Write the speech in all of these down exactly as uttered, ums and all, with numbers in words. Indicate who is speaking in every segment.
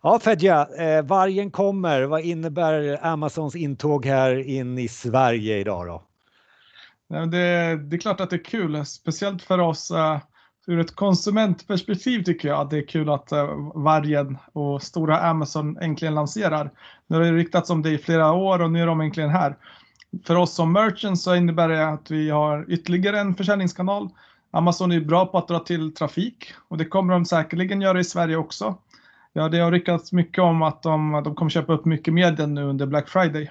Speaker 1: Ja, Fedja, eh, vargen kommer. Vad innebär Amazons intåg här in i Sverige idag då?
Speaker 2: Ja, det, det är klart att det är kul, speciellt för oss uh, ur ett konsumentperspektiv tycker jag att det är kul att uh, vargen och stora Amazon äntligen lanserar. Nu har det riktats om det i flera år och nu är de äntligen här. För oss som merchants så innebär det att vi har ytterligare en försäljningskanal. Amazon är bra på att dra till trafik och det kommer de säkerligen göra i Sverige också. Ja, det har ryktats mycket om att de, de kommer köpa upp mycket medel nu under Black Friday.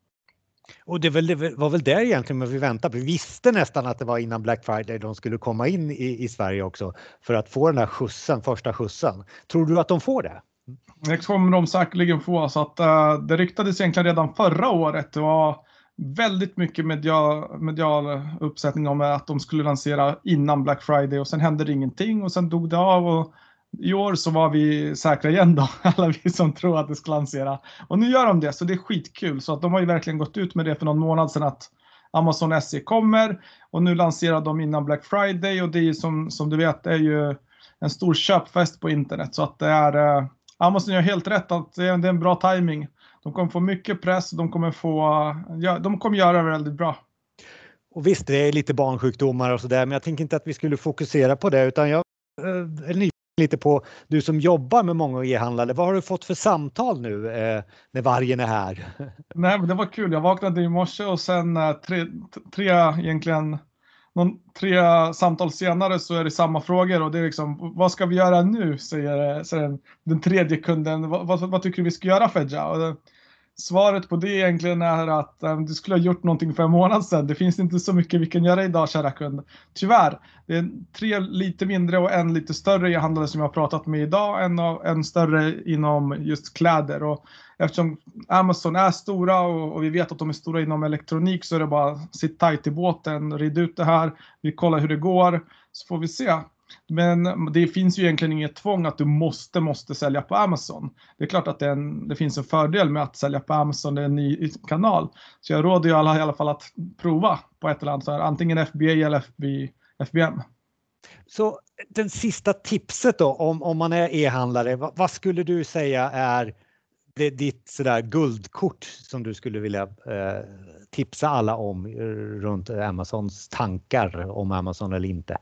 Speaker 1: Och det, väl, det var väl där egentligen men vi väntade. Vi visste nästan att det var innan Black Friday de skulle komma in i, i Sverige också för att få den här skjutsen, första skjutsen. Tror du att de får det?
Speaker 2: Det kommer de säkerligen få. Så att, uh, det ryktades egentligen redan förra året. Det var väldigt mycket medial, medial uppsättning om att de skulle lansera innan Black Friday och sen hände det ingenting och sen dog det av och i år så var vi säkra igen då, alla vi som tror att det ska lansera. Och nu gör de det, så det är skitkul. Så att de har ju verkligen gått ut med det för någon månad sedan att Amazon S E kommer och nu lanserar de innan Black Friday och det är ju som, som du vet, det är ju en stor köpfest på internet. Så att det är, eh, Amazon gör helt rätt att det är, det är en bra timing. De kommer få mycket press, de kommer få, ja, de kommer göra det väldigt bra.
Speaker 1: Och visst, det är lite barnsjukdomar och sådär, men jag tänker inte att vi skulle fokusera på det utan jag eh, är nyfiken lite på du som jobbar med många e-handlare. Vad har du fått för samtal nu eh, när vargen är här?
Speaker 2: Nej, men det var kul. Jag vaknade i morse och sen eh, tre, tre egentligen någon, tre samtal senare så är det samma frågor och det är liksom, vad ska vi göra nu, säger, säger den tredje kunden. Vad, vad, vad tycker du vi ska göra, Fedja? Och det, svaret på det egentligen är att um, du skulle ha gjort någonting för en månad sedan. Det finns inte så mycket vi kan göra idag, kära kund. Tyvärr, det är tre lite mindre och en lite större e-handlare som jag har pratat med idag. En, en större inom just kläder. Och eftersom Amazon är stora och, och vi vet att de är stora inom elektronik så är det bara sitt tajt i båten, rid ut det här. Vi kollar hur det går så får vi se. Men det finns ju egentligen inget tvång att du måste, måste sälja på Amazon. Det är klart att det, är en, det finns en fördel med att sälja på Amazon, det är en ny kanal. Så jag råder ju alla i alla fall att prova på ett eller annat, så här, antingen F B A eller F B, F B M.
Speaker 1: Så den sista tipset då, om, om man är e-handlare, vad, vad skulle du säga är det, ditt sådär guldkort som du skulle vilja eh, tipsa alla om eh, runt Amazons tankar om Amazon eller inte?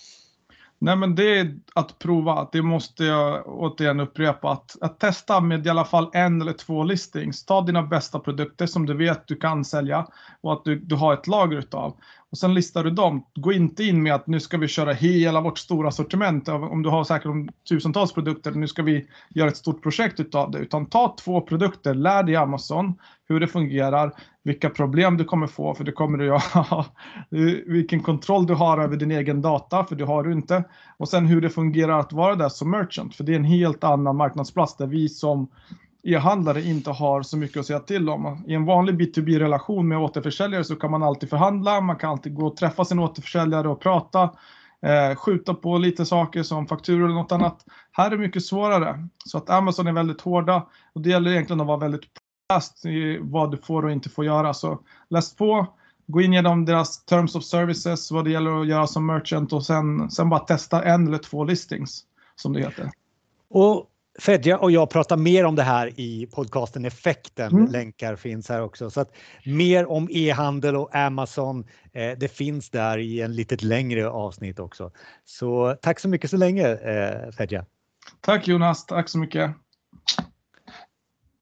Speaker 2: Nej, men det är att prova. Det måste jag återigen upprepa. Att, att testa med i alla fall en eller två listings. Ta dina bästa produkter som du vet du kan sälja och att du, du har ett lager utav. Och sen listar du dem. Gå inte in med att nu ska vi köra hela vårt stora sortiment. Om du har säkert om tusentals produkter, nu ska vi göra ett stort projekt utav det. Utan ta två produkter, lär dig Amazon hur det fungerar, vilka problem du kommer få, för det kommer du ha, vilken kontroll du har över din egen data, för det har du inte. Och sen hur det fungerar att vara där som merchant, för det är en helt annan marknadsplats där vi som e-handlare inte har så mycket att säga till om. I en vanlig B to B-relation med återförsäljare så kan man alltid förhandla, man kan alltid gå och träffa sin återförsäljare och prata, eh, skjuta på lite saker som fakturor eller något annat. Här är det mycket svårare, så att Amazon är väldigt hårda och det gäller egentligen att vara väldigt påläst i vad du får och inte får göra. Så läs på, gå in genom deras terms of services, vad det gäller att göra som merchant och sen, sen bara testa en eller två listings som det heter.
Speaker 1: Och Fedja och jag pratar mer om det här i podcasten Effekten. Mm. Länkar finns här också. Så att mer om e-handel och Amazon, eh, det finns där i en lite längre avsnitt också. Så tack så mycket så länge, eh, Fedja.
Speaker 2: Tack Jonas, tack så mycket.